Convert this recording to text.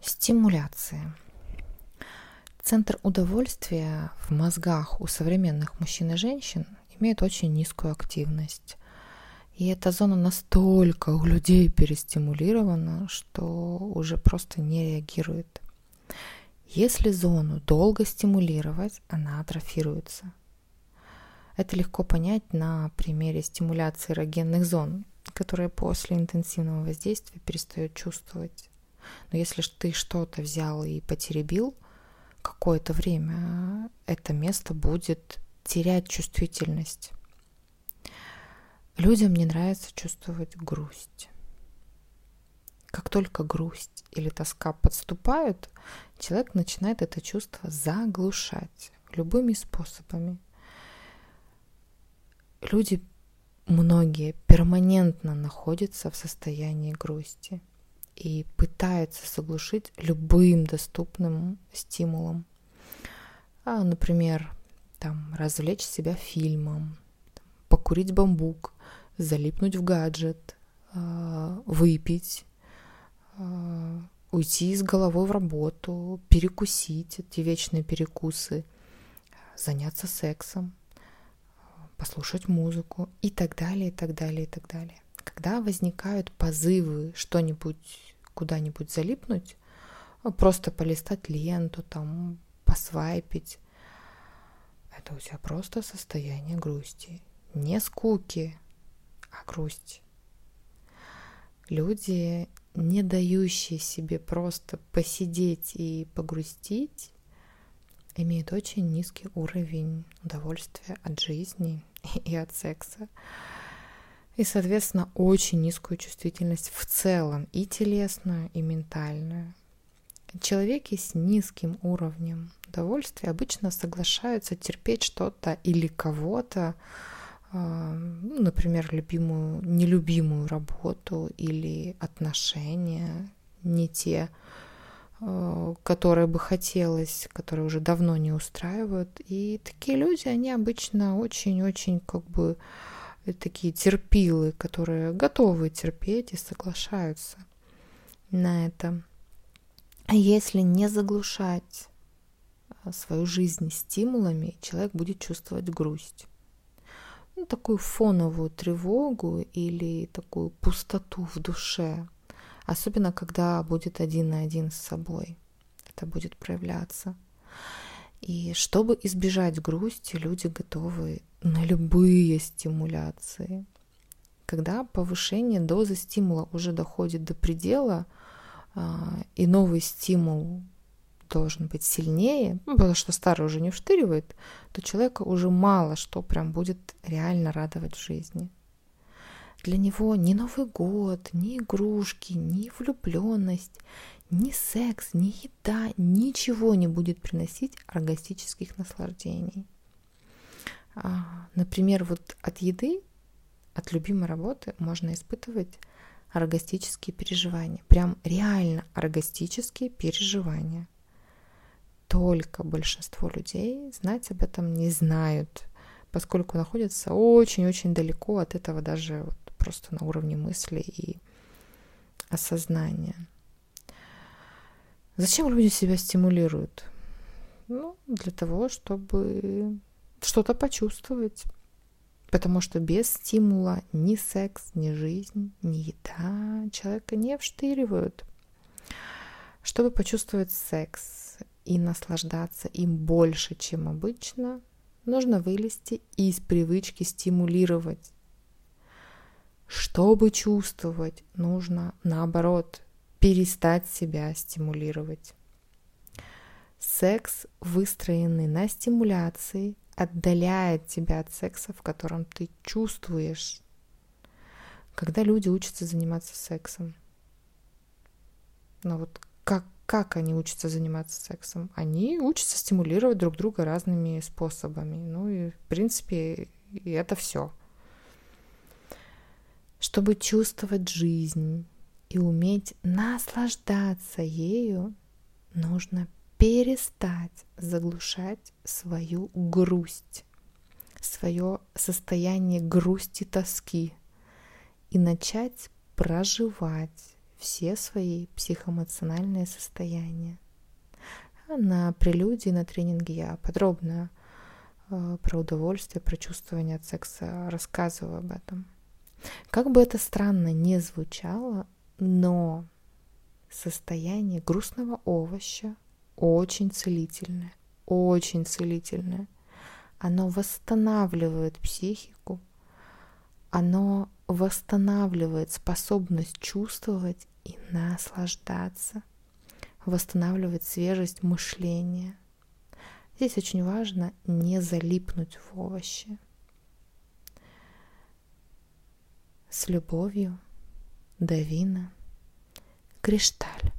Стимуляция. Центр удовольствия в мозгах у современных мужчин и женщин имеет очень низкую активность. И эта зона настолько у людей перестимулирована, что уже просто не реагирует. Если зону долго стимулировать, она атрофируется. Это легко понять на примере стимуляции эрогенных зон, которые после интенсивного воздействия перестают чувствовать. Но если ты что-то взял и потеребил, какое-то время это место будет терять чувствительность. Людям не нравится чувствовать грусть. Как только грусть или тоска подступают, человек начинает это чувство заглушать любыми способами. Люди, многие, перманентно находятся в состоянии грусти и пытаются заглушить любым доступным стимулом. Например, развлечь себя фильмом, покурить бамбук, залипнуть в гаджет, выпить, уйти с головой в работу, перекусить, эти вечные перекусы, заняться сексом, послушать музыку и так далее, и так далее, и так далее. Когда возникают позывы что-нибудь, куда-нибудь залипнуть, просто полистать ленту, посвайпить, это у тебя просто состояние грусти. Не скуки, а грусти. Люди, не дающие себе просто посидеть и погрустить, имеют очень низкий уровень удовольствия от жизни и от секса. И, соответственно, очень низкую чувствительность в целом, и телесную, и ментальную. Человеки с низким уровнем удовольствия обычно соглашаются терпеть что-то или кого-то, например, нелюбимую работу или отношения, не те, которые бы хотелось, которые уже давно не устраивают. И такие люди, они обычно очень-очень такие терпилы, которые готовы терпеть и соглашаются на это. А если не заглушать свою жизнь стимулами, человек будет чувствовать грусть. Такую фоновую тревогу или такую пустоту в душе. Особенно, когда будет один на один с собой. Это будет проявляться. И чтобы избежать грусти, люди готовы на любые стимуляции. Когда повышение дозы стимула уже доходит до предела, и новый стимул должен быть сильнее, потому что старый уже не вштыривает, то человека уже мало что прям будет реально радовать в жизни. Для него ни Новый год, ни игрушки, ни влюбленность, ни секс, ни еда, ничего не будет приносить оргастических наслаждений. Например, от еды, от любимой работы можно испытывать оргастические переживания. Прям реально оргастические переживания. Только большинство людей знать об этом не знают, поскольку находятся очень-очень далеко от этого даже просто на уровне мысли и осознания. Зачем люди себя стимулируют? Для того, чтобы что-то почувствовать. Потому что без стимула ни секс, ни жизнь, ни еда человека не вштыривают. Чтобы почувствовать секс и наслаждаться им больше, чем обычно, нужно вылезти из привычки стимулировать. Чтобы чувствовать, нужно, наоборот, перестать себя стимулировать. Секс, выстроенный на стимуляции, отдаляет тебя от секса, в котором ты чувствуешь. Когда люди учатся заниматься сексом, как они учатся заниматься сексом? Они учатся стимулировать друг друга разными способами. И, в принципе, и это все. Чтобы чувствовать жизнь и уметь наслаждаться ею, нужно перестать заглушать свою грусть, свое состояние грусти, тоски и начать проживать все свои психоэмоциональные состояния. На прелюдии, на тренинге я подробно про удовольствие, про чувствование от секса рассказываю об этом. Как бы это странно ни звучало, но состояние грустного овоща очень целительное, очень целительное. Оно восстанавливает психику, оно восстанавливает способность чувствовать и наслаждаться, восстанавливает свежесть мышления. Здесь очень важно не залипнуть в овощи. С любовью, Давина, Кришталь.